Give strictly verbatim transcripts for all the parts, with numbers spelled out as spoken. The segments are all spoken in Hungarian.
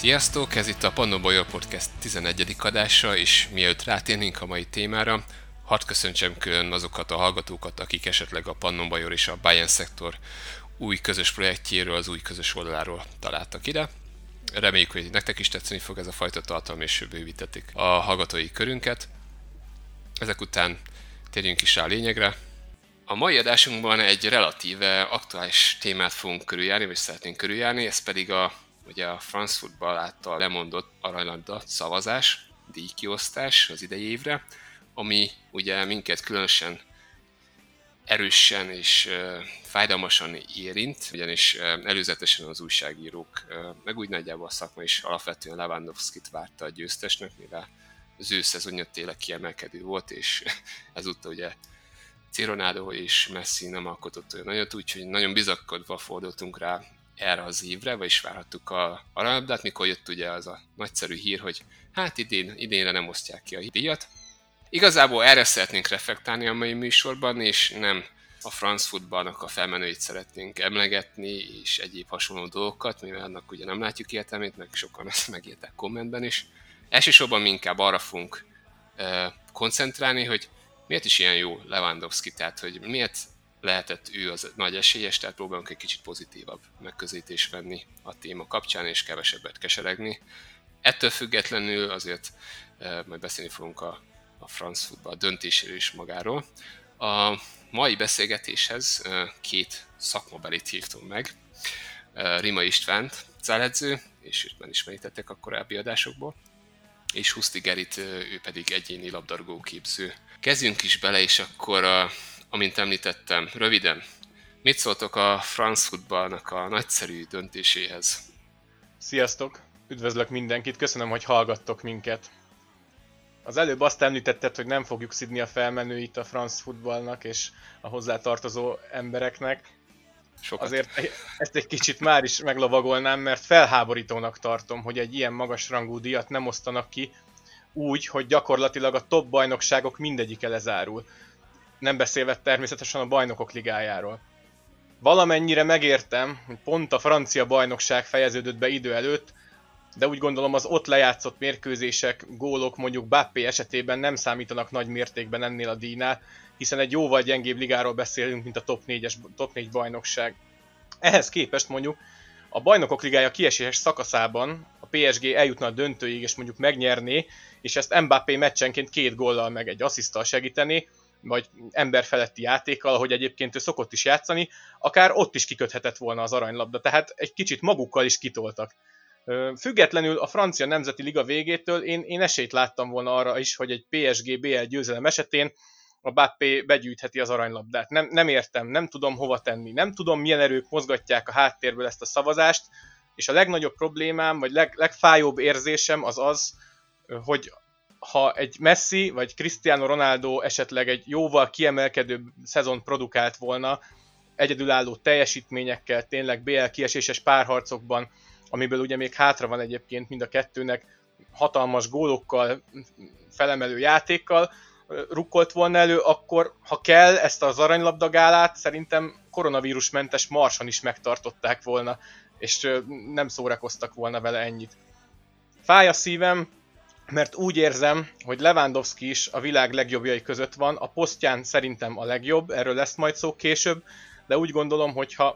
Sziasztok! Ez itt a Pannon Bajor Podcast tizennegyedik adása, és mielőtt rátérnénk a mai témára, hadd köszöntsem külön azokat a hallgatókat, akik esetleg a Pannon Bajor és a Bayern Szektor új közös projektjéről, az új közös oldaláról találtak ide. Reméljük, hogy nektek is tetszeni fog ez a fajta tartalom, és bővítették a hallgatói körünket. Ezek után térjünk is rá a lényegre. A mai adásunkban egy relatíve aktuális témát fogunk körüljárni, vagy szeretnénk körüljárni, ez pedig a ugye a France Football által lemondott aranylabda szavazás, díjkiosztás az idei évre, ami ugye minket különösen erősen és uh, fájdalmasan érint, ugyanis uh, előzetesen az újságírók, uh, meg úgy nagyjából a szakma is alapvetően Lewandowskit várta a győztesnek, mivel az ő szezonja tényleg kiemelkedő volt, és ezúttal ugye Ronaldo és Messi nem alkotott olyan nagyot, úgyhogy nagyon bizakodva fordultunk rá erre az évre, vagyis várhattuk a aranylabdát, mikor jött ugye az a nagyszerű hír, hogy hát idén, idénre nem osztják ki a díjat. Igazából erre szeretnénk reflektálni a mai műsorban, és nem a France Footballnak a felmenőit szeretnénk emlegetni, és egyéb hasonló dolgokat, mivel annak ugye nem látjuk értelmét, meg sokan ezt megírták kommentben is. Elsősorban mi inkább arra fogunk uh, koncentrálni, hogy miért is ilyen jó Lewandowski, tehát hogy miért lehetett ő az nagy esélyes, tehát próbálunk egy kicsit pozitívabb megközelítést venni a téma kapcsán, és kevesebbet keseregni. Ettől függetlenül azért e, majd beszélni fogunk a, a France Football döntéséről is magáról. A mai beszélgetéshez e, két szakmabelit hívtunk meg. E, Rima Istvánt, cáledző, és őt már ismerítettek a korábbi adásokból, és Huszti Gerit, ő pedig egyéni labdarúgó képző. Kezdjünk is bele, és akkor a amint említettem, röviden, mit szóltok a France Footballnak a nagyszerű döntéséhez? Sziasztok! Üdvözlök mindenkit, köszönöm, hogy hallgattok minket. Az előbb azt említetted, hogy nem fogjuk szidni a felmenőit a France Footballnak és a hozzátartozó embereknek. Sokat. Azért ezt egy kicsit már is meglovagolnám, mert felháborítónak tartom, hogy egy ilyen magasrangú díjat nem osztanak ki úgy, hogy gyakorlatilag a top bajnokságok mindegyike lezárul. Nem beszélve természetesen a bajnokok ligájáról. Valamennyire megértem, hogy pont a francia bajnokság fejeződött be idő előtt, de úgy gondolom az ott lejátszott mérkőzések, gólok mondjuk Mbappé esetében nem számítanak nagy mértékben ennél a díjnál, hiszen egy jóval gyengébb ligáról beszélünk, mint a top négyes, top négy bajnokság. Ehhez képest mondjuk a bajnokok ligája kieséses szakaszában a pé es gé eljutna a döntőig és mondjuk megnyerné, és ezt Mbappé meccsenként két góllal meg egy assziszttal segíteni, vagy emberfeletti játékkal, ahogy egyébként ő szokott is játszani, akár ott is kiköthetett volna az aranylabda, tehát egy kicsit magukkal is kitoltak. Függetlenül a francia nemzeti liga végétől én, én esélyt láttam volna arra is, hogy egy pé es gé bé el győzelem esetén a Mbappé begyűjtheti az aranylabdát. Nem, nem értem, nem tudom hova tenni, nem tudom milyen erők mozgatják a háttérből ezt a szavazást, és a legnagyobb problémám, vagy leg, legfájóbb érzésem az az, hogy ha egy Messi vagy Cristiano Ronaldo esetleg egy jóval kiemelkedőbb szezon produkált volna, egyedülálló teljesítményekkel, tényleg bé el kieséses párharcokban, amiből ugye még hátra van egyébként mind a kettőnek, hatalmas gólokkal, felemelő játékkal rukkolt volna elő, akkor ha kell ezt az aranylabdagálát, szerintem koronavírusmentes Marson is megtartották volna, és nem szórakoztak volna vele ennyit. Fáj a szívem, mert úgy érzem, hogy Lewandowski is a világ legjobbjai között van, a posztján szerintem a legjobb, erről lesz majd szó később, de úgy gondolom, hogy ha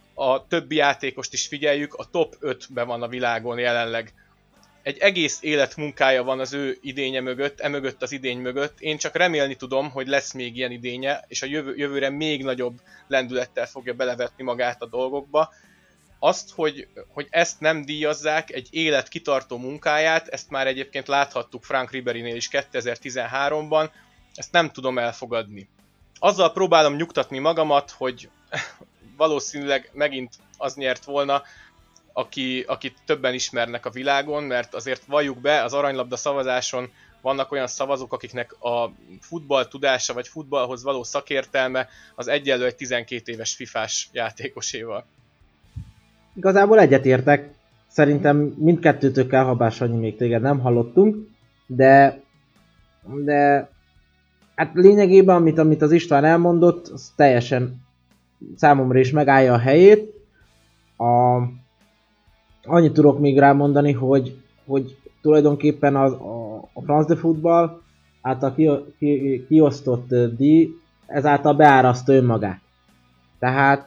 a többi játékost is figyeljük, a top ötben van a világon jelenleg. Egy egész élet munkája van az ő idénye mögött, emögött az idény mögött, én csak remélni tudom, hogy lesz még ilyen idénye, és a jövő, jövőre még nagyobb lendülettel fogja belevetni magát a dolgokba. Azt, hogy, hogy ezt nem díjazzák, egy élet kitartó munkáját, ezt már egyébként láthattuk Franck Ribérynél is kétezer-tizenháromban, ezt nem tudom elfogadni. Azzal próbálom nyugtatni magamat, hogy valószínűleg megint az nyert volna, aki, akit többen ismernek a világon, mert azért valljuk be, az aranylabda szavazáson vannak olyan szavazók, akiknek a futball tudása vagy futballhoz való szakértelme az egyenlő egy tizenkét éves fifás játékoséval. Igazából egyetértek. Szerintem mindkettőtől kell, ha bár Sanyi még téged nem hallottunk, de, de hát lényegében, amit, amit az István elmondott, az teljesen számomra is megállja a helyét. A, annyit tudok még rámondani, hogy, hogy tulajdonképpen az, a, a France de Football által ki, ki, kiosztott díj ezáltal beárasztja önmagát. Tehát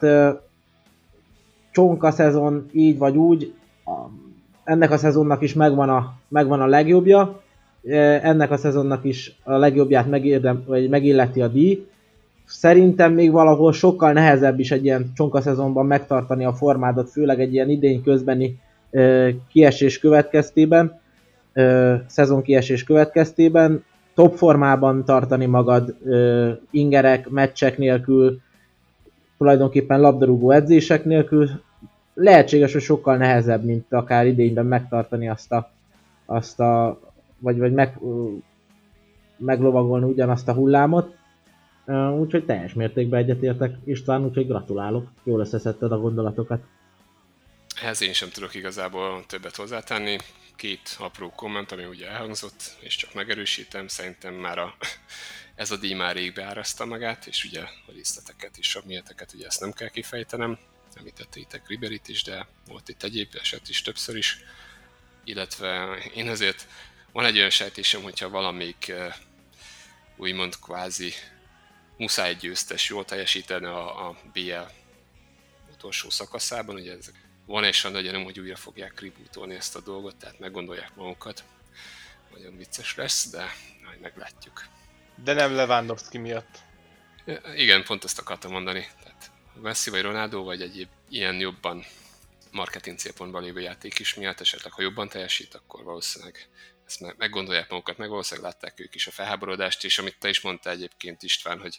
csonka szezon így vagy úgy, a, ennek a szezonnak is megvan a, megvan a legjobbja, ennek a szezonnak is a legjobbját megérdem, vagy megilleti a díj. Szerintem még valahol sokkal nehezebb is egy ilyen csonka szezonban megtartani a formádat, főleg egy ilyen idény közbeni ö, kiesés következtében, ö, szezon kiesés következtében, top formában tartani magad ö, ingerek, meccsek nélkül, tulajdonképpen labdarúgó edzések nélkül. Lehetséges, hogy sokkal nehezebb, mint akár idényben megtartani azt a, azt a vagy, vagy meg, meglovagolni ugyanazt a hullámot. Uh, úgyhogy teljes mértékben egyetértek, István, úgyhogy gratulálok, jól összeszedted a gondolatokat. Ehhez én sem tudok igazából többet hozzátenni. Két apró komment, ami ugye elhangzott, és csak megerősítem, szerintem már a, ez a díj már rég beáraszta magát, és ugye a részleteket is, a méreteket ugye ezt nem kell kifejtenem. Említettétek Riberyt is, de volt itt egyéb eset is többször is. Illetve én azért van egy olyan sejtésem, hogyha valamelyik úgymond kvázi muszáj győztes jól teljesíteni a, a bé el utolsó szakaszában, ugye ez van egy nagy gyanúm, hogy újra fogják rebootolni ezt a dolgot, tehát meggondolják magukat. Nagyon vicces lesz, de majd meglátjuk. De nem Lewandowski miatt. Igen, pont ezt akartam mondani. Tehát Messi vagy Ronaldo, vagy egyéb ilyen jobban marketing célpontban lévő játék is miatt, esetleg ha jobban teljesít, akkor valószínűleg ezt meggondolják magukat, meg valószínűleg látták ők is a felháborodást, és amit te is mondtál egyébként, István, hogy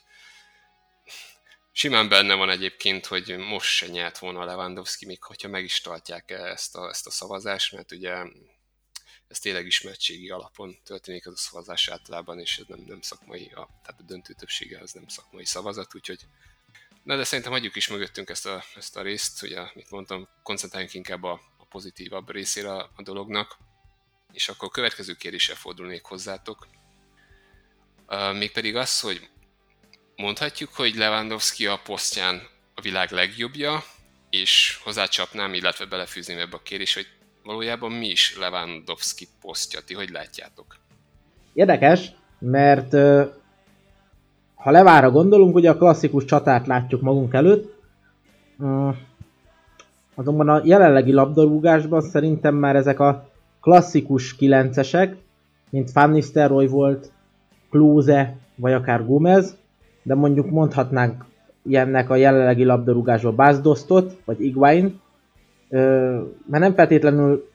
simán benne van egyébként, hogy most se nyert volna a Lewandowski, még hogyha meg is tartják ezt a, ezt a szavazást, mert ugye ez tényleg ismertségi alapon történik az a szavazás általában, és ez nem, nem szakmai, a, tehát a döntő többsége az nem szakmai szavazat, úgyhogy na, de szerintem hagyjuk is mögöttünk ezt a, ezt a részt, ugye, amit mondtam, koncentráljunk inkább a, a pozitívabb részére a, a dolognak, és akkor a következő kérdéssel fordulnék hozzátok. Uh, mégpedig az, hogy mondhatjuk, hogy Lewandowski a posztján a világ legjobbja, és hozzácsapnám, illetve belefűzném ebbe a kérdés, hogy valójában mi is Lewandowski posztja, ti hogy látjátok? Érdekes, mert uh, ha Levára gondolunk, ugye a klasszikus csatát látjuk magunk előtt, uh, azonban a jelenlegi labdarúgásban szerintem már ezek a klasszikus kilencesek, mint Van Nistelrooy volt, Klose, vagy akár Gomez, de mondjuk mondhatnánk ilyennek a jelenlegi labdarúgásban Bas Dostot, vagy Higuain, mert nem feltétlenül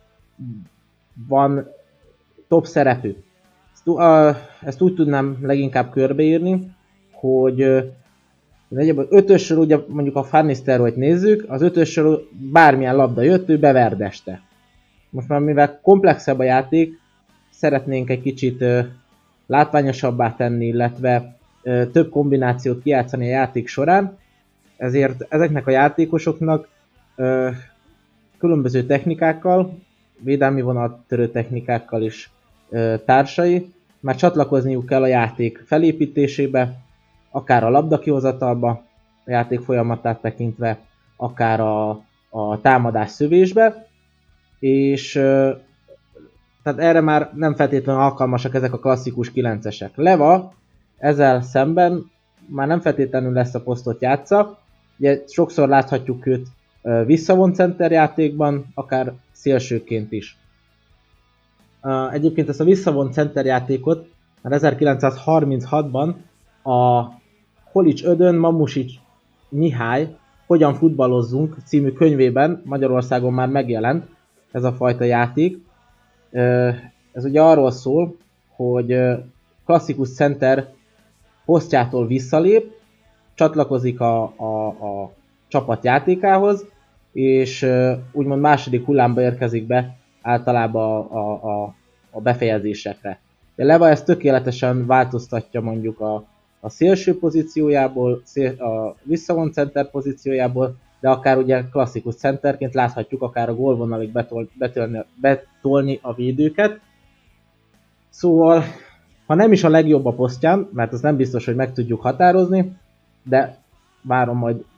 van top szerepű. Ezt, uh, ezt úgy tudnám leginkább körbeírni, hogy uh, ötösről ugye mondjuk a Van Nistelrooyt nézzük, az ötösről bármilyen labda jött, ő beverdeste. Most már mivel komplexebb a játék, szeretnénk egy kicsit uh, látványosabbá tenni, illetve uh, több kombinációt kijátszani a játék során, ezért ezeknek a játékosoknak uh, különböző technikákkal, védelmi vonattörő technikákkal is uh, társai, már csatlakozniuk kell a játék felépítésébe, akár a labdakihozatalba, a játék folyamatát tekintve, akár a, a támadás szövésbe, és tehát erre már nem feltétlenül alkalmasak ezek a klasszikus kilencesek. Leva ezzel szemben már nem feltétlenül ezt a posztot játsza, ugye sokszor láthatjuk őt visszavont center játékban, akár szélsőként is. Egyébként ezt a visszavont center játékot már ezerkilencszázharminchatban a Holics Ödön Mamusics Mihály Hogyan futballozzunk című könyvében Magyarországon már megjelent ez a fajta játék. Ez ugye arról szól, hogy klasszikus center posztjától visszalép, csatlakozik a, a, a csapat játékához, és úgymond második hullámba érkezik be általában a, a, a, a befejezésekre. De Leva ezt tökéletesen változtatja mondjuk a, a szélső pozíciójából, a visszavont center pozíciójából, de akár ugye klasszikus centerként láthatjuk akár a gólvonalig betol, betolni, betolni a védőket. Szóval, ha nem is a legjobb a posztján, mert az nem biztos, hogy meg tudjuk határozni, de várom majd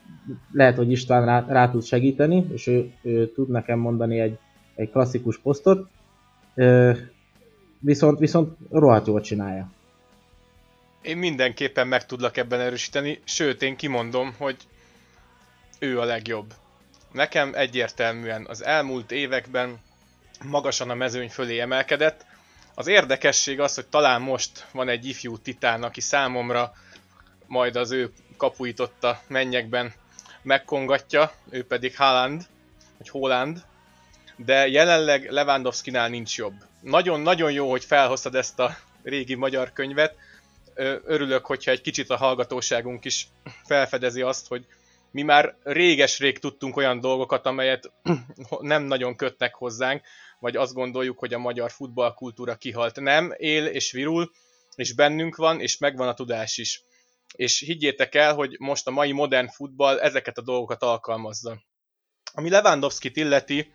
lehet, hogy István rá, rá tud segíteni, és ő, ő tud nekem mondani egy, egy klasszikus posztot, ö, viszont, viszont rohadt jól csinálja. Én mindenképpen meg tudlak ebben erősíteni, sőt én kimondom, hogy ő a legjobb. Nekem egyértelműen az elmúlt években magasan a mezőny fölé emelkedett. Az érdekesség az, hogy talán most van egy ifjú titán, aki számomra majd az ő kapuit ott a mennyekben megkongatja, ő pedig Haaland, vagy Haaland, de jelenleg Lewandowski-nál nincs jobb. Nagyon-nagyon jó, hogy felhoztad ezt a régi magyar könyvet. Örülök, hogyha egy kicsit a hallgatóságunk is felfedezi azt, hogy mi már réges-rég tudtunk olyan dolgokat, amelyet nem nagyon kötnek hozzánk, vagy azt gondoljuk, hogy a magyar futballkultúra kihalt. Nem, él és virul, és bennünk van, és megvan a tudás is. És higgyétek el, hogy most a mai modern futball ezeket a dolgokat alkalmazza. Ami Lewandowskit illeti,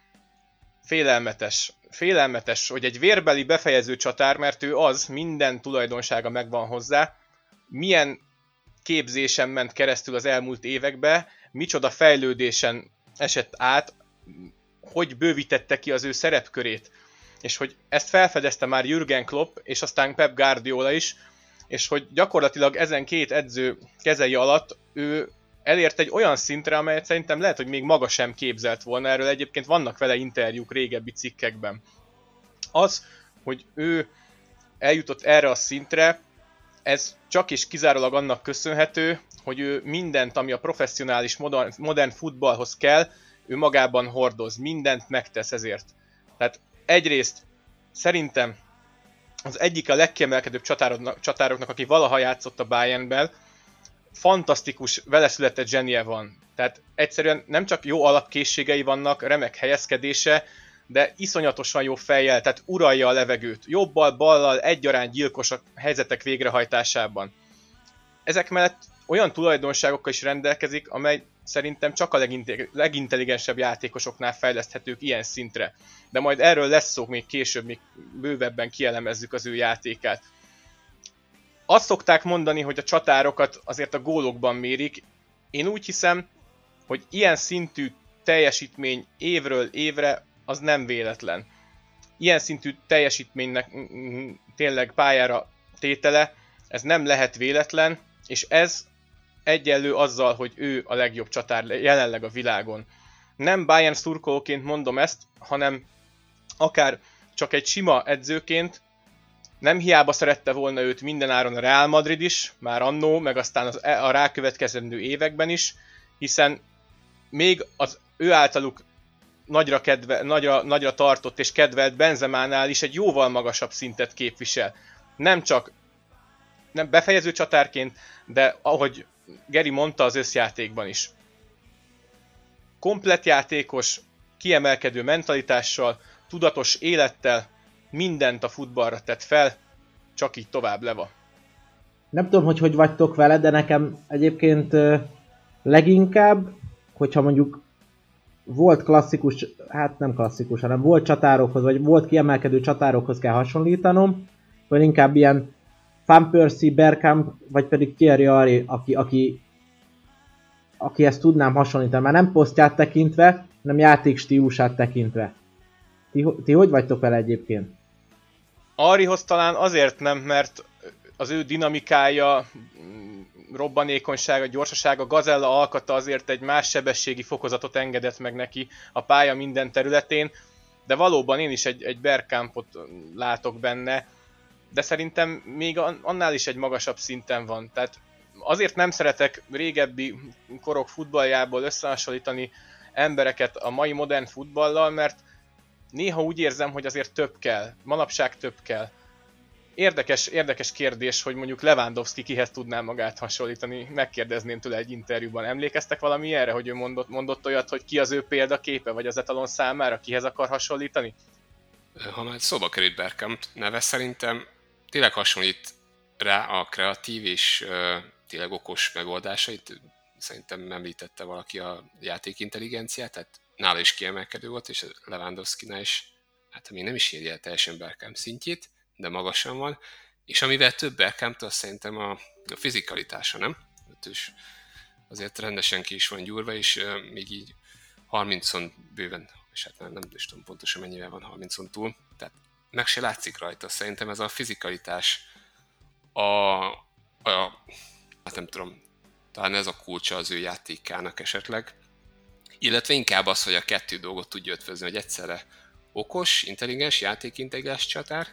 félelmetes. Félelmetes, hogy egy vérbeli befejező csatár, mert ő az, minden tulajdonsága megvan hozzá, milyen képzésen ment keresztül az elmúlt években, micsoda fejlődésen esett át, hogy bővítette ki az ő szerepkörét. És hogy ezt felfedezte már Jürgen Klopp, és aztán Pep Guardiola is, és hogy gyakorlatilag ezen két edző kezei alatt ő elért egy olyan szintre, amelyet szerintem lehet, hogy még maga sem képzelt volna. Erről egyébként vannak vele interjúk régebbi cikkekben. Az, hogy ő eljutott erre a szintre, ez csak és kizárólag annak köszönhető, hogy ő mindent, ami a professzionális modern, modern futballhoz kell, ő magában hordoz, mindent megtesz ezért. Tehát egyrészt szerintem az egyik a legkiemelkedőbb csatároknak, csatároknak, aki valaha játszott a Bayernben, fantasztikus, vele született zsenie van. Tehát egyszerűen nem csak jó alapkészségei vannak, remek helyezkedése, de iszonyatosan jó fejjel, tehát uralja a levegőt. Jobbal, ballal egyaránt gyilkos a helyzetek végrehajtásában. Ezek mellett olyan tulajdonságokkal is rendelkezik, amely szerintem csak a legintelligensebb játékosoknál fejleszthetők ilyen szintre. De majd erről lesz szó még később, még bővebben kielemezzük az ő játékát. Azt szokták mondani, hogy a csatárokat azért a gólokban mérik. Én úgy hiszem, hogy ilyen szintű teljesítmény évről évre az nem véletlen. Ilyen szintű teljesítménynek tényleg pályára tétele, ez nem lehet véletlen, és ez egyenlő azzal, hogy ő a legjobb csatár jelenleg a világon. Nem Bayern szurkolóként mondom ezt, hanem akár csak egy sima edzőként. Nem hiába szerette volna őt mindenáron a Real Madrid is, már annó, meg aztán az, a rákövetkezendő években is, hiszen még az ő általuk nagyra, kedve, nagyra, nagyra tartott és kedvelt Benzemánál is egy jóval magasabb szintet képvisel. Nem csak nem befejező csatárként, de ahogy Geri mondta, az összjátékban is. Komplett játékos, kiemelkedő mentalitással, tudatos élettel, mindent a futballra tett fel, csak így tovább, Leva. Nem tudom, hogy hogy vagytok vele, de nekem egyébként leginkább, hogyha mondjuk volt klasszikus, hát nem klasszikus, hanem volt csatárokhoz, vagy volt kiemelkedő csatárokhoz kell hasonlítanom, vagy inkább ilyen Van Persie, Bergkamp, vagy pedig Thierry Henry, aki, aki, aki ezt tudnám hasonlítani, már nem posztját tekintve, hanem játékstílusát tekintve. Ti, ti hogy vagytok vele egyébként? Henryhoz talán azért nem, mert az ő dinamikája, robbanékonysága, gyorsasága, gazella alkata azért egy más sebességi fokozatot engedett meg neki a pálya minden területén, de valóban én is egy, egy Bergkampot látok benne, de szerintem még annál is egy magasabb szinten van. Tehát azért nem szeretek régebbi korok futballjából összehasonlítani embereket a mai modern futballal, mert néha úgy érzem, hogy azért több kell, manapság több kell. Érdekes, érdekes kérdés, hogy mondjuk Lewandowski kihez tudná magát hasonlítani, megkérdezném tőle egy interjúban. Emlékeztek valami erre, hogy ő mondott, mondott olyat, hogy ki az ő példaképe, vagy az etalon számára, kihez akar hasonlítani? Ha már szóba került Bergkamp neve, szerintem tényleg hasonlít rá a kreatív és uh, tényleg okos megoldásait. Szerintem említette valaki a játékintelligenciát, tehát nála is kiemelkedő volt, és Lewandowskinál is, hát még nem is érje el teljesen Bergkamp szintjét, de magasan van, és amivel több Bergkamptól szerintem a, a fizikalitása, nem? Ott is azért rendesen ki is van gyúrva, és uh, még így harmincon bőven, és hát nem, nem is tudom pontosan mennyivel van harmincon túl, tehát meg se látszik rajta. Szerintem ez a fizikalitás, a, a hát nem tudom, talán ez a kulcsa az ő játékának esetleg, illetve inkább az, hogy a kettő dolgot tudja ötvözni, hogy egyszerre okos, intelligens, játékintelligens csatár,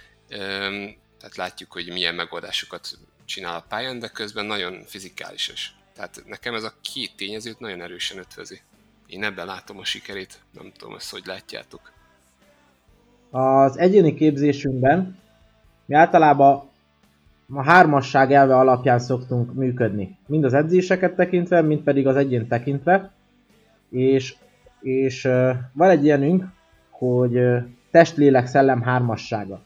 tehát látjuk, hogy milyen megoldásokat csinál a pályán, de közben nagyon fizikális. Tehát nekem ez a két tényezőt nagyon erősen ötvözi. Én ebben látom a sikerét, nem tudom ezt, hogy látjátok. Az egyéni képzésünkben mi általában a hármasság elve alapján szoktunk működni. Mind az edzéseket tekintve, mind pedig az egyén tekintve. És, és uh, van egy ilyenünk, hogy uh, test-lélek szellem hármassága.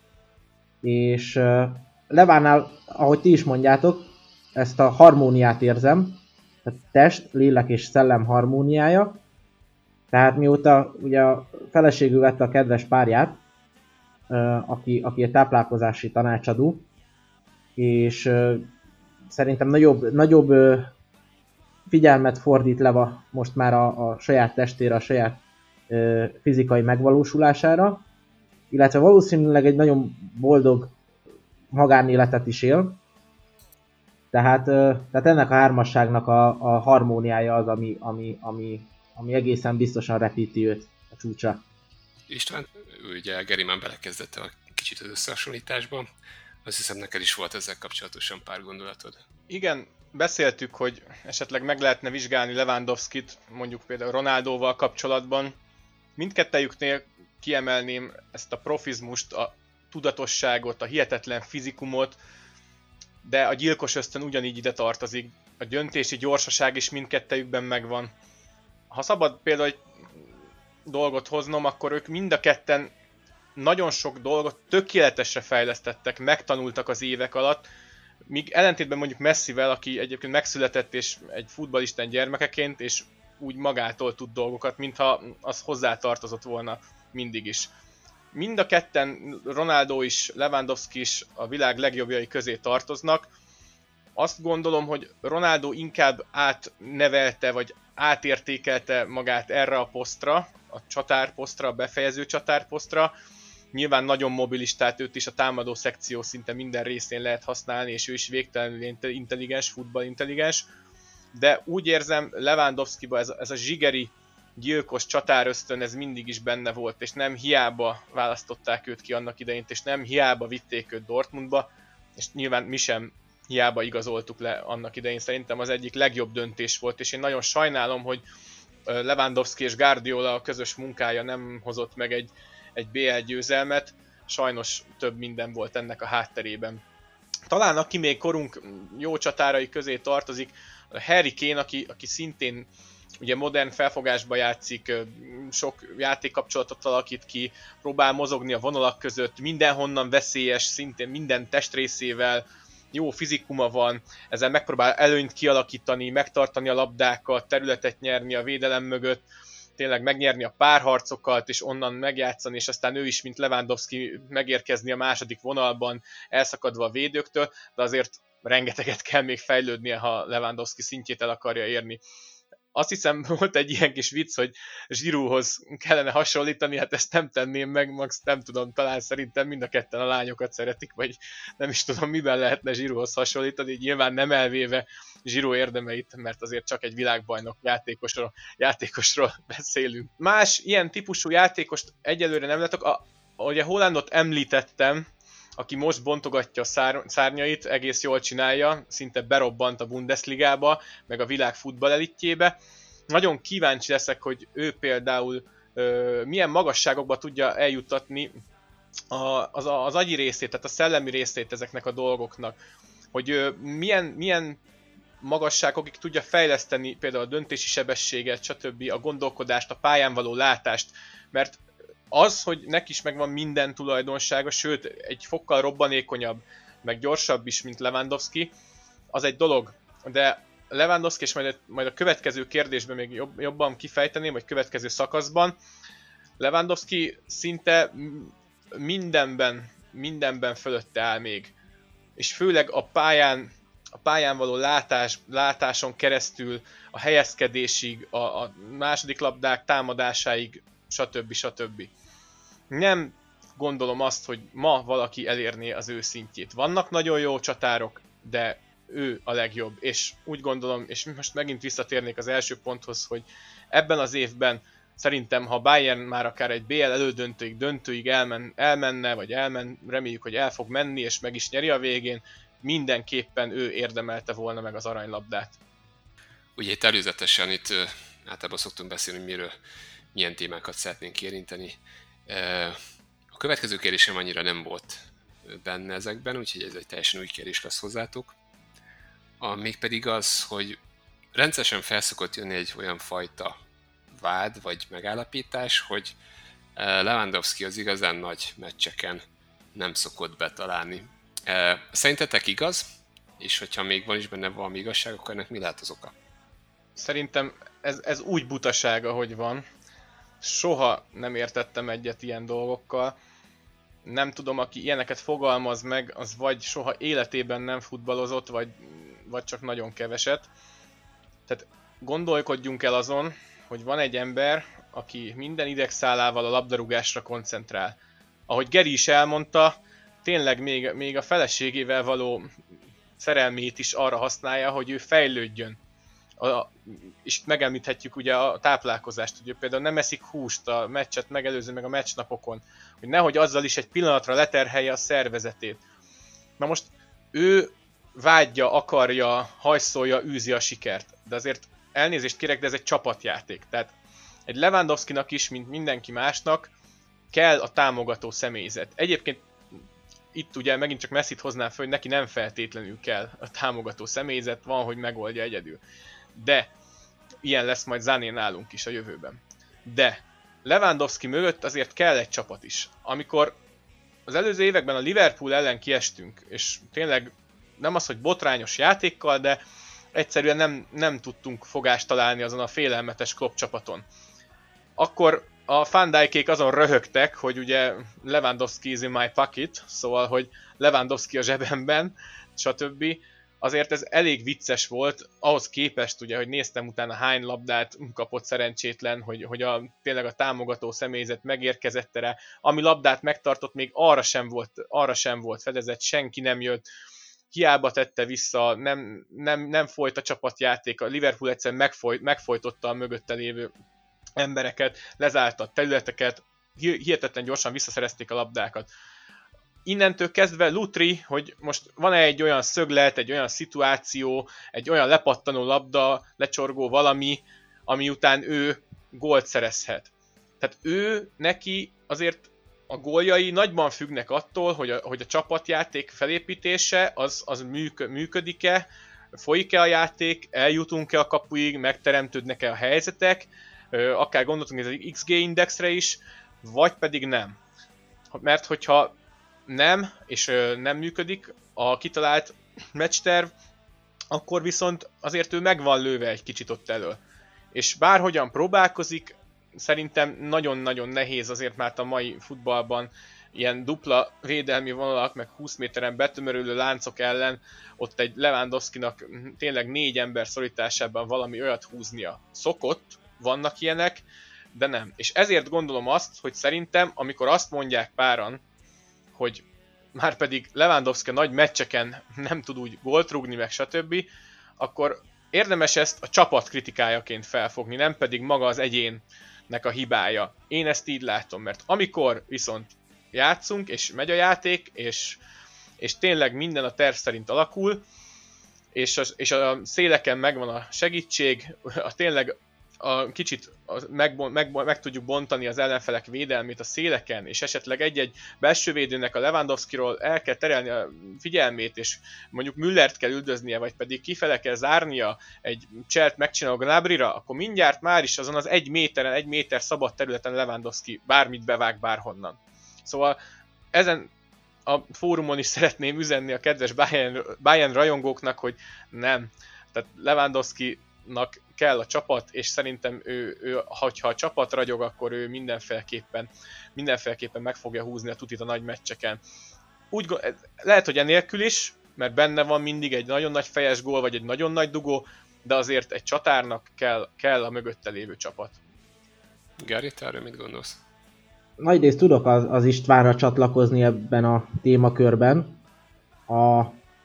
És uh, Levánnál, ahogy ti is mondjátok, ezt a harmóniát érzem. Tehát test, lélek és szellem harmóniája. Tehát mióta ugye a feleségül vette a kedves párját, uh, aki, aki egy táplálkozási tanácsadó, és uh, szerintem nagyobb, nagyobb uh, figyelmet fordít Leva most már a, a saját testére, a saját uh, fizikai megvalósulására, illetve valószínűleg egy nagyon boldog magánéletet is él. Tehát, uh, tehát ennek a hármasságnak a, a harmóniája az, ami, ami, ami, ami egészen biztosan repíti őt a csúcsra. István, ugye Geri már belekezdett a kicsit az összehasonlításba. Azt hiszem, neked is volt ezzel kapcsolatosan pár gondolatod. Igen, beszéltük, hogy esetleg meg lehetne vizsgálni Lewandowskit, mondjuk például Ronaldóval kapcsolatban. Mindkettejüknél kiemelném ezt a profizmust, a tudatosságot, a hihetetlen fizikumot, de a gyilkos ösztön ugyanígy ide tartozik. A döntési gyorsaság is mindkettejükben megvan. Ha szabad például egy dolgot hoznom, akkor ők mind a ketten nagyon sok dolgot tökéletesre fejlesztettek, megtanultak az évek alatt, míg ellentétben mondjuk Messivel, aki egyébként megszületett és egy futballisten gyermekeként, és úgy magától tud dolgokat, mintha az hozzátartozott volna mindig is. Mind a ketten, Ronaldo is, Lewandowski is a világ legjobbjai közé tartoznak. Azt gondolom, hogy Ronaldo inkább átnevelte, vagy átértékelte magát erre a posztra, a csatárposztra, a befejező csatárposztra. Nyilván nagyon mobilis, tehát őt is a támadó szekció szinte minden részén lehet használni, és ő is végtelenül intelligens, futballintelligens. De úgy érzem, Lewandowskiba ez, ez a zsigeri, gyilkos csatárösztön, ez mindig is benne volt, és nem hiába választották őt ki annak idején, és nem hiába vitték őt Dortmundba, és nyilván mi sem hiába igazoltuk le annak idején. Szerintem az egyik legjobb döntés volt, és én nagyon sajnálom, hogy Lewandowski és Guardiola a közös munkája nem hozott meg egy, egy bé el győzelmet. Sajnos több minden volt ennek a hátterében. Talán aki még korunk jó csatárai közé tartozik, Harry Kane, aki, aki szintén ugye modern felfogásba játszik, sok játékkapcsolatot alakít ki, próbál mozogni a vonalak között, mindenhonnan veszélyes, szintén minden testrészével, jó fizikuma van, ezzel megpróbál előnyt kialakítani, megtartani a labdákat, területet nyerni a védelem mögött, tényleg megnyerni a párharcokat, és onnan megjátszani, és aztán ő is, mint Lewandowski, megérkezni a második vonalban, elszakadva a védőktől, de azért rengeteget kell még fejlődnie, ha Lewandowski szintjét el akarja érni. Azt hiszem, volt egy ilyen kis vicc, hogy Giroudhoz kellene hasonlítani, hát ezt nem tenném meg, max nem tudom, talán szerintem mind a ketten a lányokat szeretik, vagy nem is tudom, miben lehetne Giroudhoz hasonlítani, nyilván nem elvéve Giroud érdemeit, mert azért csak egy világbajnok játékosról, játékosról beszélünk. Más ilyen típusú játékost egyelőre nem látok, a, ahogy a Haalandot említettem, aki most bontogatja a szár, szárnyait, egész jól csinálja, szinte berobbant a Bundesligába, meg a világ futball elitjébe. Nagyon kíváncsi leszek, hogy ő például ö, milyen magasságokba tudja eljuttatni a, az, az agyi részét, tehát a szellemi részét ezeknek a dolgoknak. Hogy ö, milyen, milyen magasságokig tudja fejleszteni például a döntési sebességet, stb. A gondolkodást, a pályán való látást, mert az, hogy neki is megvan minden tulajdonsága, sőt, egy fokkal robbanékonyabb, meg gyorsabb is, mint Lewandowski, az egy dolog. De Lewandowski, és majd, majd a következő kérdésben még jobb, jobban kifejteném, vagy következő szakaszban, Lewandowski szinte mindenben, mindenben fölötte áll még. És főleg a pályán a pályán való látás, látáson keresztül, a helyezkedésig, a, a második labdák támadásáig, stb. stb. Nem gondolom azt, hogy ma valaki elérné az ő szintjét. Vannak nagyon jó csatárok, de ő a legjobb, és úgy gondolom, és most megint visszatérnék az első ponthoz, hogy ebben az évben szerintem, ha Bayern már akár egy bé el elődöntőig, döntőig elmen, elmenne, vagy elmen, reméljük, hogy el fog menni, és meg is nyeri a végén, mindenképpen ő érdemelte volna meg az aranylabdát. Ugye itt előzetesen itt általában szoktunk beszélni, miről, milyen témákat szeretnénk érinteni. A következő kérdésem annyira nem volt benne ezekben, úgyhogy ez egy teljesen új kérdés lesz hozzátok. A, mégpedig az, hogy rendszeresen felszokott jönni egy olyan fajta vád vagy megállapítás, hogy Lewandowski az igazán nagy meccseken nem szokott betalálni. Szerintetek igaz? És hogyha még van is benne valami igazság, akkor ennek mi lehet az oka? Szerintem ez, ez úgy butaság, ahogy van. Soha nem értettem egyet ilyen dolgokkal. Nem tudom, aki ilyeneket fogalmaz meg, az vagy soha életében nem futballozott, vagy, vagy csak nagyon keveset. Tehát gondolkodjunk el azon, hogy van egy ember, aki minden idegszálával a labdarúgásra koncentrál. Ahogy Geri is elmondta, tényleg még, még a feleségével való szerelmét is arra használja, hogy ő fejlődjön. A, és megemlíthetjük ugye a táplálkozást, hogy ő például nem eszik húst a meccset megelőző meg a meccsnapokon, hogy nehogy azzal is egy pillanatra leterhelje a szervezetét. Na most ő vágyja, akarja, hajszolja, űzi a sikert, de azért elnézést kérek, de ez egy csapatjáték. Tehát egy Lewandowskinak is, mint mindenki másnak, kell a támogató személyzet. Egyébként itt ugye megint csak Messit hoznám föl, hogy neki nem feltétlenül kell a támogató személyzet, van, hogy megoldja egyedül. De ilyen lesz majd Sané nálunk is a jövőben. De Lewandowski mögött azért kell egy csapat is. Amikor az előző években a Liverpool ellen kiestünk, és tényleg nem az, hogy botrányos játékkal, de egyszerűen nem, nem tudtunk fogást találni azon a félelmetes Klopp csapaton. Akkor a Van Dijkék azon röhögtek, hogy ugye Lewandowski is in my pocket, szóval, hogy Lewandowski a zsebemben, stb. Azért ez elég vicces volt, ahhoz képest ugye, hogy néztem utána hány labdát kapott szerencsétlen, hogy, hogy a, tényleg a támogató személyzet megérkezett erre, ami labdát megtartott, még arra sem volt, arra sem volt fedezett, senki nem jött, hiába tette vissza, nem, nem, nem folyt a csapatjáték, a Liverpool egyszerűen megfolyt, megfojtotta a mögötte lévő embereket, lezárta a területeket, hihetetlen gyorsan visszaszerezték a labdákat. Innentől kezdve Lutri, hogy most van-e egy olyan szöglet, egy olyan szituáció, egy olyan lepattanó labda, lecsorgó valami, ami után ő gólt szerezhet. Tehát ő, neki azért a góljai nagyban függnek attól, hogy a, hogy a csapatjáték felépítése az, az műk, működik-e, folyik-e a játék, eljutunk-e a kapuig, megteremtődnek-e a helyzetek, akár gondoltunk ez egy iksz gé indexre is, vagy pedig nem. Mert hogyha nem, és nem működik a kitalált meccsterv, akkor viszont azért ő meg van lőve egy kicsit ott elől. És bárhogyan próbálkozik, szerintem nagyon-nagyon nehéz azért már a mai futballban ilyen dupla védelmi vonalak, meg húsz méteren betömörülő láncok ellen ott egy Lewandowskinak tényleg négy ember szorításában valami olyat húznia. Szokott, vannak ilyenek, de nem. És ezért gondolom azt, hogy szerintem, amikor azt mondják páran, hogy már pedig Lewandowski nagy meccseken nem tud úgy gólt rúgni, meg stb., akkor érdemes ezt a csapat kritikájaként felfogni, nem pedig maga az egyénnek a hibája. Én ezt így látom, mert amikor viszont játszunk, és megy a játék, és, és tényleg minden a terv szerint alakul, és a, és a széleken megvan a segítség, a tényleg a kicsit meg, meg, meg tudjuk bontani az ellenfelek védelmét a széleken, és esetleg egy-egy belső védőnek a Lewandowskiról el kell terelni a figyelmét, és mondjuk Müllert kell üldöznie, vagy pedig kifele kell zárnia egy cselt megcsináló Gnabrira, akkor mindjárt már is azon az egy méteren, egy méter szabad területen Lewandowski bármit bevág bárhonnan. Szóval ezen a fórumon is szeretném üzenni a kedves Bayern, Bayern rajongóknak, hogy nem. Tehát Lewandowskinak kell a csapat, és szerintem ő, ő ha a csapat ragyog, akkor ő mindenféleképpen, mindenféleképpen meg fogja húzni a tutit a nagy meccseken. Úgy, lehet, hogy enélkül is, mert benne van mindig egy nagyon nagy fejes gól, vagy egy nagyon nagy dugó, de azért egy csatárnak kell, kell a mögötte lévő csapat. Gári, te erről mit gondolsz? Nagyrészt tudok az, az Istvánra csatlakozni ebben a témakörben. A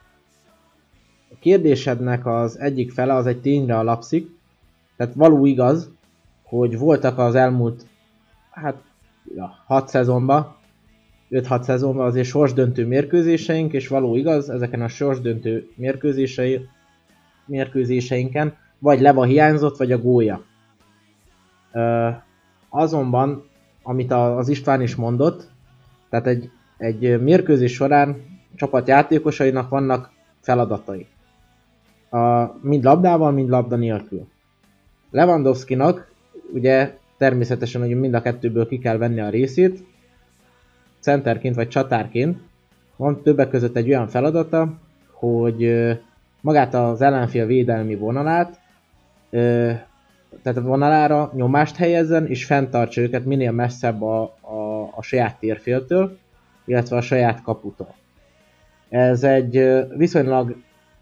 kérdésednek az egyik fele az egy tényre alapszik. Tehát való igaz, hogy voltak az elmúlt hát ja, hat szezonban, öt-hat szezonban azért sorsdöntő mérkőzéseink, és való igaz, ezeken a sorsdöntő mérkőzései, mérkőzéseinken vagy Leva hiányzott, vagy a gólya. Ö, azonban, amit az István is mondott, tehát egy, egy mérkőzés során csapat játékosainak vannak feladatai. A, mind labdával, mind labda nélkül. Lewandowskinak ugye természetesen, hogy mind a kettőből ki kell venni a részét, centerként vagy csatárként van többek között egy olyan feladata, hogy magát az ellenfél védelmi vonalát, tehát a vonalára nyomást helyezzen, és fenntartsa őket minél messzebb a, a, a saját térféltől, illetve a saját kaputól. Ez egy viszonylag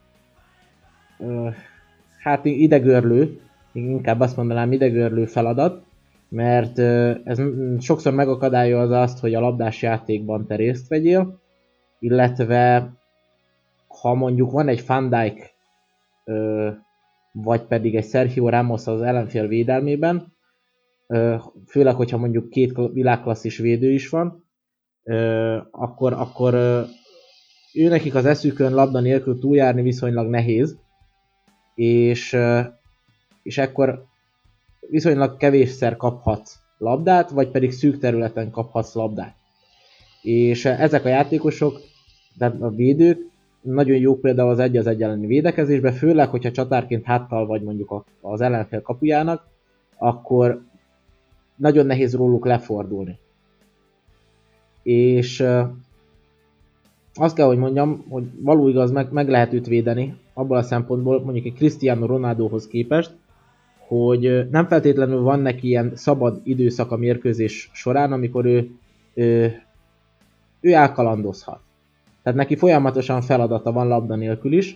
hát idegörlő, inkább azt mondanám idegörlő feladat, mert ez sokszor megakadályozza azt, hogy a labdás játékban te részt vegyél, illetve ha mondjuk van egy Van Dijk, vagy pedig egy Sergio Ramos az ellenfél védelmében, főleg, hogyha mondjuk két világklasszis védő is van, akkor, akkor ő nekik az eszükön labda nélkül túljárni viszonylag nehéz, és, és ekkor viszonylag kevésszer kaphatsz labdát, vagy pedig szűk területen kaphatsz labdát. És ezek a játékosok, tehát a védők, nagyon jók például az egy az egy elleni védekezésben, főleg, hogyha csatárként háttal vagy mondjuk az ellenfél kapujának, akkor nagyon nehéz róluk lefordulni. És azt kell, hogy mondjam, hogy való igaz, meg, meg lehet őt védeni, abból a szempontból mondjuk egy Cristiano Ronaldohoz képest, hogy nem feltétlenül van neki ilyen szabad időszak a mérkőzés során, amikor ő, ő, ő elkalandozhat. Tehát neki folyamatosan feladata van labda nélkül is.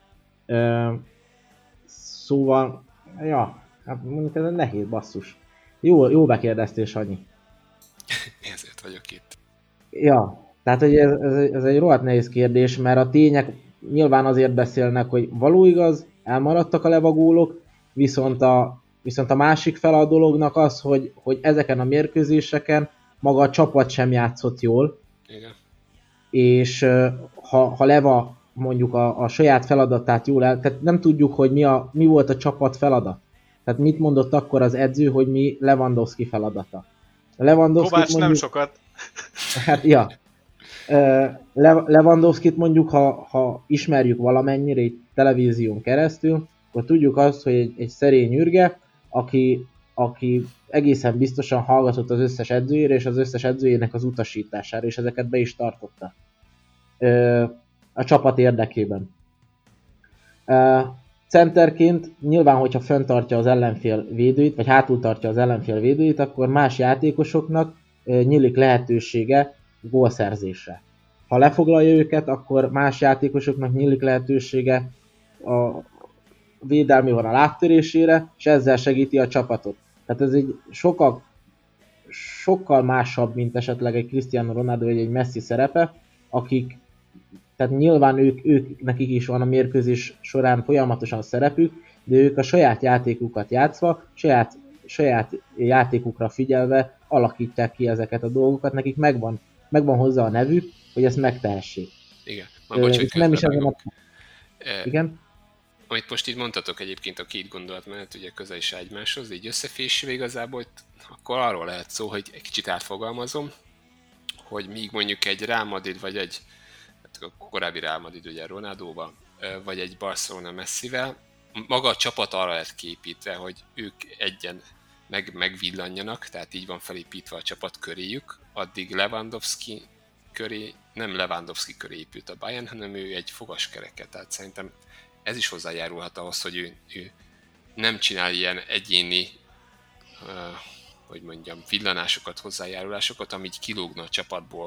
Szóval, ja, hát mondjuk ez nehéz basszus. Jó, jó bekérdeztél, Sanyi. Ezért vagyok itt. Ja, tehát hogy ez, ez, ez egy rohadt nehéz kérdés, mert a tények nyilván azért beszélnek, hogy való igaz, elmaradtak a levagólok, viszont a, viszont a másik fele a dolognak az, hogy, hogy ezeken a mérkőzéseken maga a csapat sem játszott jól. Igen. És ha, ha Leva mondjuk a, a saját feladatát jól el, tehát nem tudjuk, hogy mi, a, mi volt a csapat feladat. Tehát mit mondott akkor az edző, hogy mi Lewandowski feladata. Lewandowski Kovács mondjuk, nem sokat. Hát ja. Le, Lewandowskit mondjuk, ha, ha ismerjük valamennyire egy televízión keresztül, akkor tudjuk azt, hogy egy, egy szerény űrge, aki, aki egészen biztosan hallgatott az összes edzőjére, és az összes edzőjének az utasítására, és ezeket be is tartotta a csapat érdekében. Centerként nyilván, hogyha fenntartja az ellenfél védőit, vagy hátul tartja az ellenfél védőit, akkor más játékosoknak nyílik lehetősége gólszerzésre. Ha lefoglalja őket, akkor más játékosoknak nyílik lehetősége a védelmi vonal áttörésére, és ezzel segíti a csapatot. Tehát ez egy sokkal, sokkal másabb, mint esetleg egy Cristiano Ronaldo vagy egy Messi szerepe, akik, tehát nyilván ők, ők, nekik is van a mérkőzés során folyamatosan szerepük, de ők a saját játékukat játszva, saját, saját játékukra figyelve alakítják ki ezeket a dolgokat, nekik megvan, megvan hozzá a nevük, hogy ezt megtehessék. Igen, már bocs, hogy nem is ezen a... e, Igen? Amit most így mondtatok egyébként a két gondolat mellett, ugye közel is egymáshoz, így összefésülve igazából, akkor arról lehet szó, hogy egy kicsit átfogalmazom, hogy míg mondjuk egy Real Madrid vagy egy a korábbi Real Madrid ugye Ronaldóval, vagy egy Barcelona Messivel, maga a csapat arra lett kiépítve, hogy ők egyen meg, megvillanjanak, tehát így van felépítve a csapat köréjük, addig Lewandowski köré, nem Lewandowski köré épült a Bayern, hanem ő egy fogaskereket, tehát szerintem ez is hozzájárulhat ahhoz, hogy ő, ő nem csinál ilyen egyéni, uh, hogy mondjam, villanásokat, hozzájárulásokat, ami így kilógna a csapatból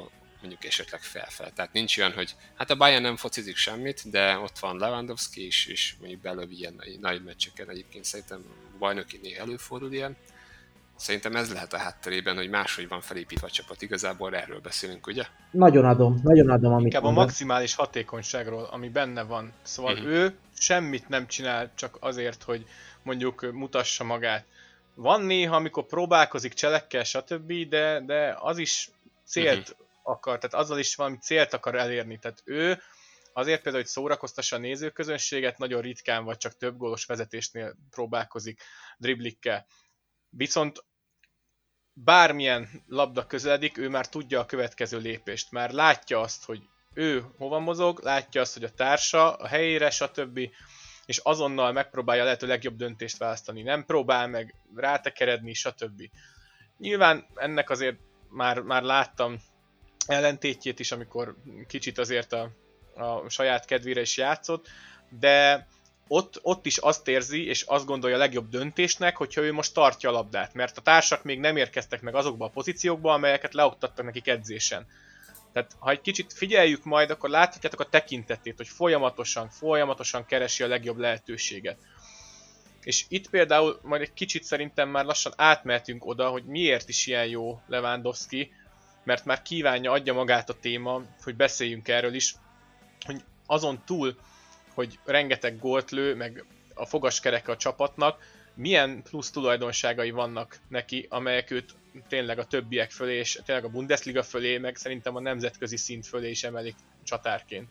mondjuk esetleg felfel. Tehát nincs olyan, hogy hát a Bayern nem focizik semmit, de ott van Lewandowski is, és mondjuk belövi ilyen nagy, nagy meccseken. Egyébként szerintem bajnoki néha előfordul ilyen. Szerintem ez lehet a hátterében, hogy máshogy van felépítve a csapat. Igazából erről beszélünk, ugye? Nagyon adom, nagyon adom, amit Inkább mondod. a maximális hatékonyságról, ami benne van. Szóval uh-huh. ő semmit nem csinál csak azért, hogy mondjuk mutassa magát. Van néha, amikor próbálkozik cselekkel, stb., de, de az is célt uh-huh. akar, tehát azzal is valami célt akar elérni. Tehát ő azért például, hogy szórakoztassa a nézőközönséget, nagyon ritkán vagy csak több gólos vezetésnél próbálkozik driblikkel. Viszont bármilyen labda közeledik, ő már tudja a következő lépést. Már látja azt, hogy ő hova mozog, látja azt, hogy a társa a helyére, stb. És azonnal megpróbálja a lehető legjobb döntést választani. Nem próbál meg rátekeredni, stb. Nyilván ennek azért már, már láttam ellentétjét is, amikor kicsit azért a, a saját kedvére is játszott, de Ott, ott is azt érzi, és azt gondolja a legjobb döntésnek, hogyha ő most tartja a labdát, mert a társak még nem érkeztek meg azokba a pozíciókba, amelyeket leoktattak nekik edzésen. Tehát ha egy kicsit figyeljük majd, akkor láthatjátok a tekintetét, hogy folyamatosan, folyamatosan keresi a legjobb lehetőséget. És itt például majd egy kicsit szerintem már lassan átmehetünk oda, hogy miért is ilyen jó Lewandowski, mert már kívánja, adja magát a téma, hogy beszéljünk erről is, hogy azon túl, hogy rengeteg gólt lő, meg a fogaskereke a csapatnak, milyen plusz tulajdonságai vannak neki, amelyek őt tényleg a többiek fölé, és tényleg a Bundesliga fölé, meg szerintem a nemzetközi szint fölé is emelik csatárként.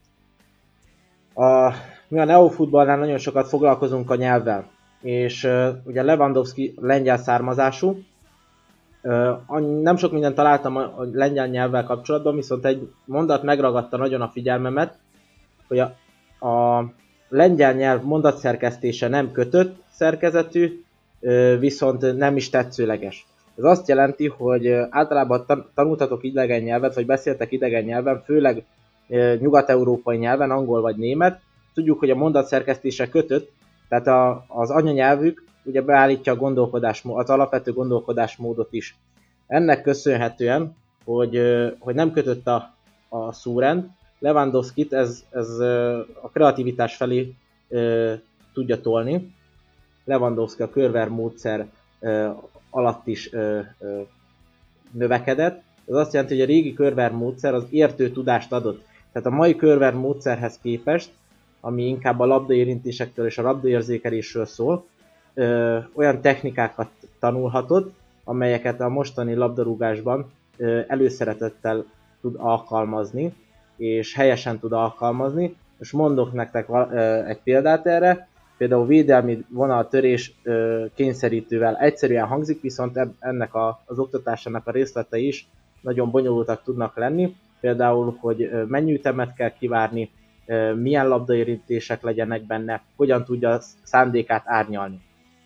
A, mi a neofutballnál nagyon sokat foglalkozunk a nyelvvel, és uh, ugye Lewandowski lengyel származású, uh, nem sok mindent találtam a, a lengyel nyelvvel kapcsolatban, viszont egy mondat megragadta nagyon a figyelmemet, hogy a A lengyel nyelv mondatszerkesztése nem kötött szerkezetű, viszont nem is tetszőleges. Ez azt jelenti, hogy általában tanultatok idegen nyelvet, vagy beszéltek idegen nyelven, főleg nyugat-európai nyelven, angol vagy német. Tudjuk, hogy a mondatszerkesztése kötött, tehát a, az anyanyelvük ugye beállítja a gondolkodásmód, az alapvető gondolkodásmódot is. Ennek köszönhetően, hogy, hogy nem kötött a, a szórend, Lewandowskit ez, ez a kreativitás felé e, tudja tolni. Lewandowski a Körver módszer e, alatt is e, e, növekedett. Ez azt jelenti, hogy a régi Körver módszer az értő tudást adott. Tehát a mai Körver módszerhez képest, ami inkább a labdaérintésektől és a labdaérzékelésről szól, e, olyan technikákat tanulhatott, amelyeket a mostani labdarúgásban e, előszeretettel tud alkalmazni, és helyesen tud alkalmazni. Most mondok nektek egy példát erre, például védelmi vonaltörés kényszerítővel egyszerűen hangzik, viszont ennek a, az oktatásának a részletei is nagyon bonyolultak tudnak lenni. Például, hogy mennyi ütemet kell kivárni, milyen labdaérintések legyenek benne, hogyan tudja a szándékát árnyalni.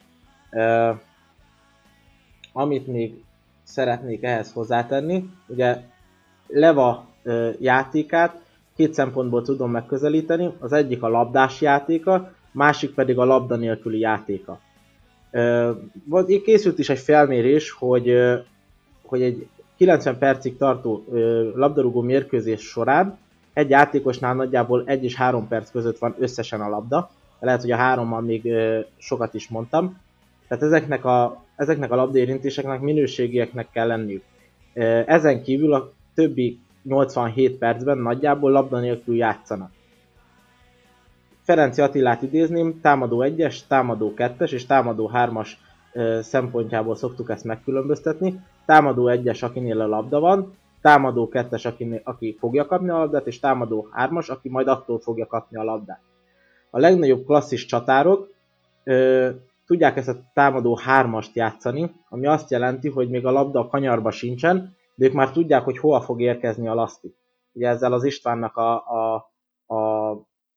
Amit még szeretnék ehhez hozzátenni, ugye Leva játékát két szempontból tudom megközelíteni, az egyik a labdás játéka, másik pedig a labda nélküli játéka. Készült is egy felmérés, hogy, hogy egy kilencven percig tartó labdarúgó mérkőzés során egy játékosnál nagyjából egy és három perc között van összesen a labda, lehet, hogy a hárommal még sokat is mondtam. Tehát ezeknek a, ezeknek a labdaérintéseknek minőségieknek kell lenniük. Ezen kívül a többi nyolcvanhét percben nagyjából labda nélkül játszanak. Ferenci Attilát idézném, támadó egyes, támadó kettes és támadó hármas szempontjából szoktuk ezt megkülönböztetni. Támadó egyes, akinél a labda van, támadó kettes, aki, aki fogja kapni a labdát, és támadó hármas, aki majd attól fogja kapni a labdát. A legnagyobb klasszis csatárok ö, tudják ezt a támadó hármast játszani, ami azt jelenti, hogy még a labda a kanyarba sincsen, de ők már tudják, hogy hova fog érkezni a laszti. Ugye ezzel az Istvánnak a, a, a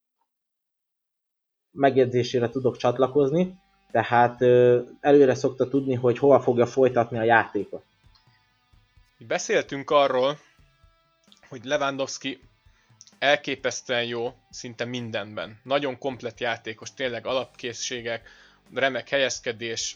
megjegyzésére tudok csatlakozni, tehát ö, előre szokta tudni, hogy hova fogja folytatni a játékot. Beszéltünk arról, hogy Lewandowski elképesztően jó szinte mindenben. Nagyon komplett játékos, tényleg alapkészségek, remek helyezkedés,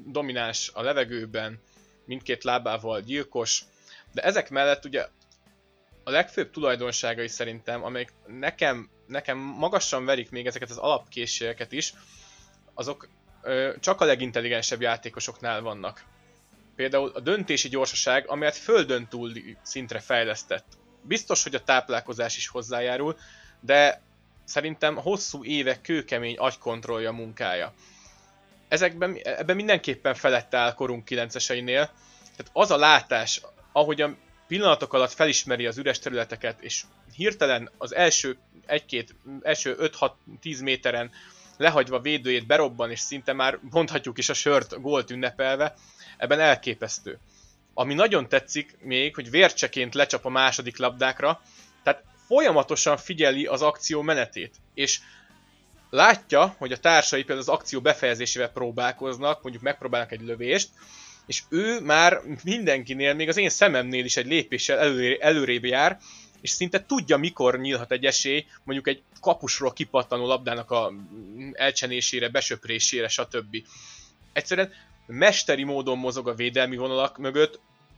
domináns a levegőben, mindkét lábával gyilkos, de ezek mellett ugye a legfőbb tulajdonságai szerintem, amelyek nekem, nekem magasan verik még ezeket az alapkészségeket is, azok ö, csak a legintelligensebb játékosoknál vannak. Például a döntési gyorsaság, amelyet földön túli szintre fejlesztett. Biztos, hogy a táplálkozás is hozzájárul, de szerintem hosszú évek kőkemény agykontrollja munkája. Ezekben, ebben mindenképpen felett áll korunk kilenceseinél. Tehát az a látás, ahogy a pillanatok alatt felismeri az üres területeket, és hirtelen az első egy-két, első öt-hat-tíz méteren lehagyva védőjét berobban, és szinte már mondhatjuk is a sört gólt ünnepelve, ebben elképesztő. Ami nagyon tetszik még, hogy vércseként lecsap a második labdákra, tehát folyamatosan figyeli az akció menetét, és látja, hogy a társai például az akció befejezésével próbálkoznak, mondjuk megpróbálnak egy lövést, és ő már mindenkinél, még az én szememnél is egy lépéssel előré, előrébb jár, és szinte tudja, mikor nyílhat egy esély, mondjuk egy kapusról kipattanó labdának a elcsenésére, besöprésére, stb. Egyszerűen mesteri módon mozog a védelmi vonalak mögött,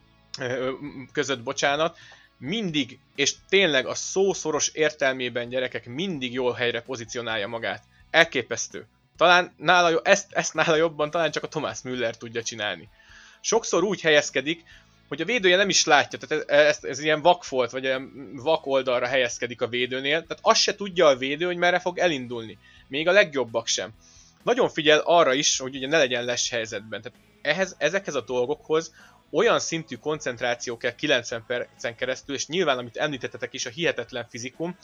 között, bocsánat, mindig, és tényleg a szószoros értelmében gyerekek mindig jól helyre pozícionálja magát. Elképesztő. Talán nála, ezt, ezt nála jobban talán csak a Thomas Müller tudja csinálni. Sokszor úgy helyezkedik, hogy a védője nem is látja, tehát ez, ez, ez ilyen vakfolt, vagy ilyen vak oldalra helyezkedik a védőnél, tehát azt se tudja a védő, hogy merre fog elindulni. Még a legjobbak sem. Nagyon figyel arra is, hogy ugye ne legyen les helyzetben. Tehát ehhez, ezekhez a dolgokhoz olyan szintű koncentráció kell kilencven percen keresztül, és nyilván, amit említettetek is, a hihetetlen fizikum,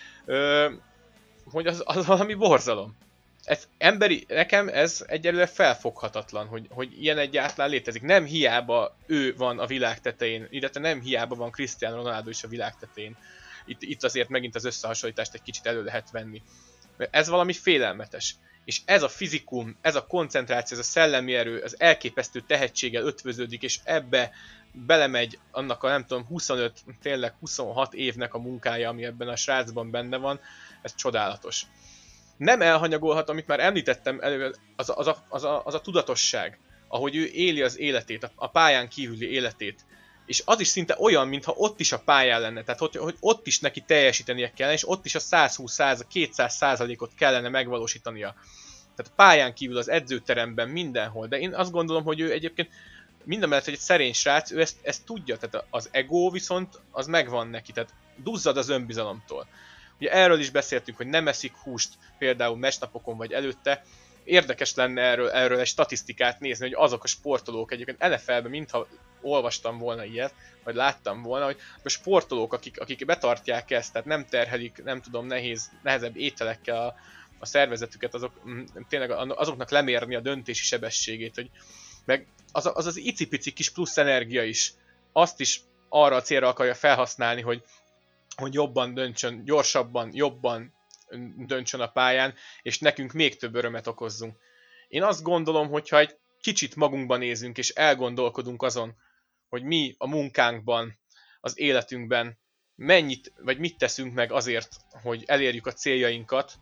ö, hogy az, az valami borzalom. Ez emberi, nekem ez egyelőre felfoghatatlan, hogy, hogy ilyen egyáltalán létezik. Nem hiába ő van a világ tetején, illetve nem hiába van Cristiano Ronaldo is a világ tetején. Itt, itt azért megint az összehasonlítást egy kicsit elő lehet venni. Ez valami félelmetes. És ez a fizikum, ez a koncentráció, ez a szellemi erő, az elképesztő tehetséggel ötvöződik, és ebbe belemegy annak a nem tudom huszonöt, tényleg huszonhat évnek a munkája, ami ebben a srácban benne van, ez csodálatos. Nem elhanyagolhat, amit már említettem elő, az a, az a, az a, az a tudatosság, ahogy ő éli az életét, a, a pályán kívüli életét. És az is szinte olyan, mintha ott is a pályán lenne, tehát hogy, hogy ott is neki teljesítenie kellene, és ott is a százhúsz kétszáz százalékot kellene megvalósítania. Tehát a pályán kívül, az edzőteremben, mindenhol. De én azt gondolom, hogy ő egyébként mindamellett, hogy egy szerény srác, ő ezt, ezt tudja, tehát az ego viszont az megvan neki, tehát duzzad az önbizalomtól. Ugye erről is beszéltünk, hogy nem eszik húst például meccsnapokon vagy előtte. Érdekes lenne erről, erről egy statisztikát nézni, hogy azok a sportolók egyébként en ef el-ben, mintha olvastam volna ilyet, vagy láttam volna, hogy a sportolók, akik, akik betartják ezt, tehát nem terhelik, nem tudom, nehéz, nehezebb ételekkel a, a szervezetüket, azok tényleg azoknak lemérni a döntési sebességét, hogy meg az az, az icipici kis plusz energia is, azt is arra a célra akarja felhasználni, hogy, hogy jobban döntsön, gyorsabban, jobban döntsön a pályán, és nekünk még több örömet okozzunk. Én azt gondolom, hogyha egy kicsit magunkban nézünk, és elgondolkodunk azon, hogy mi a munkánkban, az életünkben mennyit, vagy mit teszünk meg azért, hogy elérjük a céljainkat,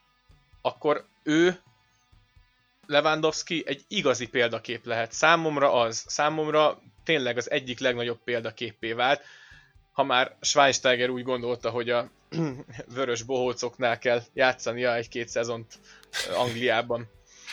akkor ő, Lewandowski egy igazi példakép lehet. Számomra az, számomra tényleg az egyik legnagyobb példaképpé vált. Ha már Schweinsteiger úgy gondolta, hogy a vörös bohócoknál kell játszania egy-két szezont Angliában.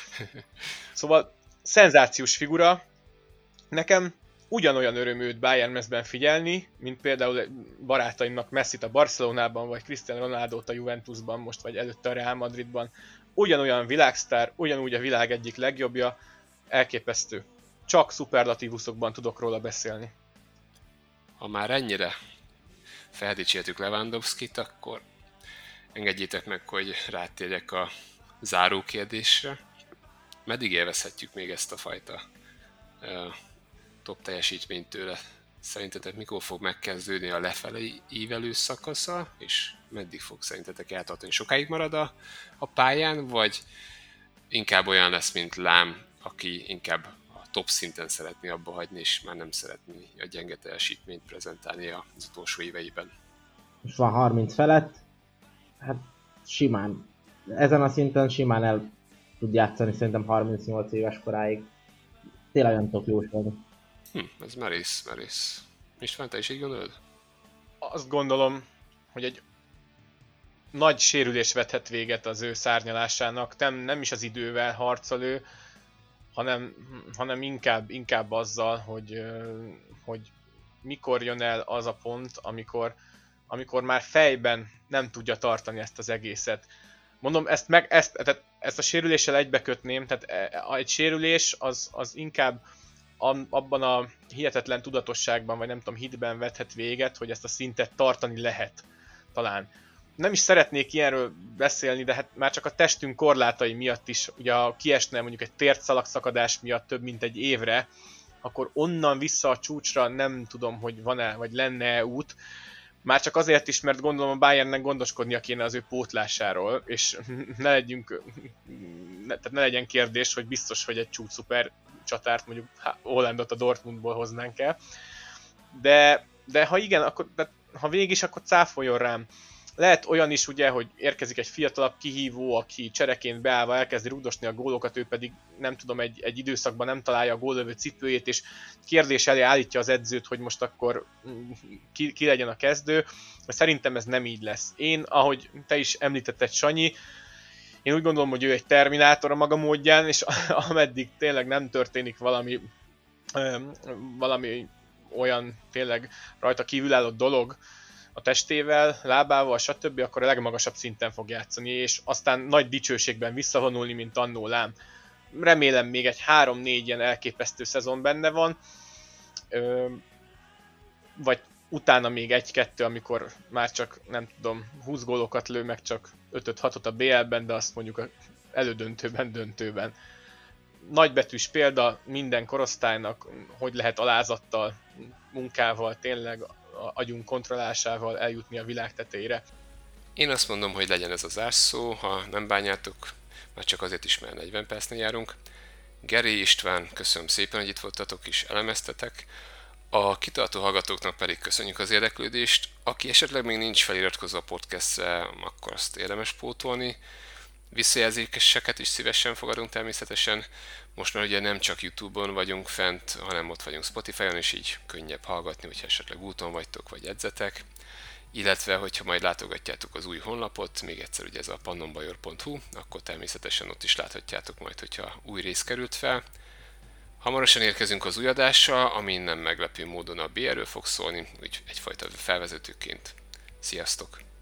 Szóval szenzációs figura. Nekem ugyanolyan öröm őt Bayern mezben figyelni, mint például barátaimnak Messit a Barcelonában, vagy Cristiano Ronaldót a Juventusban, most vagy előtte a Real Madridban. Ugyanolyan világsztár, ugyanúgy a világ egyik legjobbja, elképesztő. Csak szuperlatívuszokban tudok róla beszélni. Ha már ennyire feldicsértük Lewandowskit, akkor engedjétek meg, hogy rátérjek a záró kérdésre. Meddig élvezhetjük még ezt a fajta uh, top teljesítményt tőle? Szerintetek mikor fog megkezdődni a lefelé ívelő szakasza, és meddig fog szerintetek eltartani? Sokáig marad a, a pályán, vagy inkább olyan lesz, mint Lám, aki inkább a top szinten szeretné abba hagyni, és már nem szeretné a gyenge teljesítményt prezentálni az utolsó éveiben? Most van harminc felett, hát simán, ezen a szinten simán el tud játszani szerintem harmincnyolc éves koráig. Tényleg nem tudok jósolni. Hm, ez merész, merész. István, te is így gondolod? azt gondolom, hogy egy nagy sérülés vethet véget az ő szárnyalásának, nem, nem is az idővel harcol ő, hanem, hanem inkább, inkább azzal, hogy, hogy mikor jön el az a pont, amikor, amikor már fejben nem tudja tartani ezt az egészet. Mondom, ezt, meg, ezt, tehát ezt a sérüléssel egybekötném, tehát egy sérülés az, az inkább abban a hihetetlen tudatosságban, vagy nem tudom, hitben vethet véget, hogy ezt a szintet tartani lehet talán. Nem is szeretnék ilyenről beszélni, de hát már csak a testünk korlátai miatt is, ugye ha kiesne mondjuk egy térdszalag-szakadás miatt több mint egy évre, akkor onnan vissza a csúcsra nem tudom, hogy van-e, vagy lenne út. Már csak azért is, mert gondolom a Bayernnek gondoskodnia kéne az ő pótlásáról, és ne legyünk, ne, tehát ne legyen kérdés, hogy biztos, hogy egy csúcs szuper csatárt, mondjuk Hollandot a Dortmundból hoznánk el. De, de ha igen, akkor, de ha végig is, akkor cáfoljon rám. Lehet olyan is, ugye, hogy érkezik egy fiatalabb kihívó, aki csereként beállva elkezdi rugdosni a gólokat, ő pedig nem tudom, egy, egy időszakban nem találja a góllövő cipőjét, és kérdés elé állítja az edzőt, hogy most akkor ki, ki legyen a kezdő. Szerintem ez nem így lesz. Én, ahogy te is említetted, Sanyi, én úgy gondolom, hogy ő egy terminátor a maga módján, és ameddig tényleg nem történik valami, valami olyan tényleg rajta kívülálló dolog a testével, lábával, stb., akkor a legmagasabb szinten fog játszani, és aztán nagy dicsőségben visszavonulni, mint annó lám. Remélem még egy három-négy ilyen elképesztő szezon benne van, vagy utána még egy-kettő, amikor már csak, nem tudom, húsz gólokat lő, meg csak ötöt-hatot a bé el-ben, de azt mondjuk elődöntőben, döntőben. Nagybetűs példa minden korosztálynak, hogy lehet alázattal, munkával, tényleg agyunk kontrollásával eljutni a világ tetejére. Én azt mondom, hogy legyen ez az zárszó, ha nem bánjátok, már csak azért is, mert negyven percnél járunk. Geri, István, köszönöm szépen, hogy itt voltatok és elemeztetek. A kitartó hallgatóknak pedig köszönjük az érdeklődést. Aki esetleg még nincs feliratkozva a podcastre, akkor azt érdemes pótolni. Visszajelzéseket is szívesen fogadunk természetesen. Most már ugye nem csak YouTube-on vagyunk fent, hanem ott vagyunk Spotify-on, és így könnyebb hallgatni, hogyha esetleg úton vagytok, vagy edzetek. Illetve, hogyha majd látogatjátok az új honlapot, még egyszer ugye ez a pannonbajor pont hu, akkor természetesen ott is láthatjátok majd, hogyha új rész került fel. Hamarosan érkezünk az új adással, ami nem meglepő módon a bé el-ről fog szólni, úgy egyfajta felvezetőként. Sziasztok!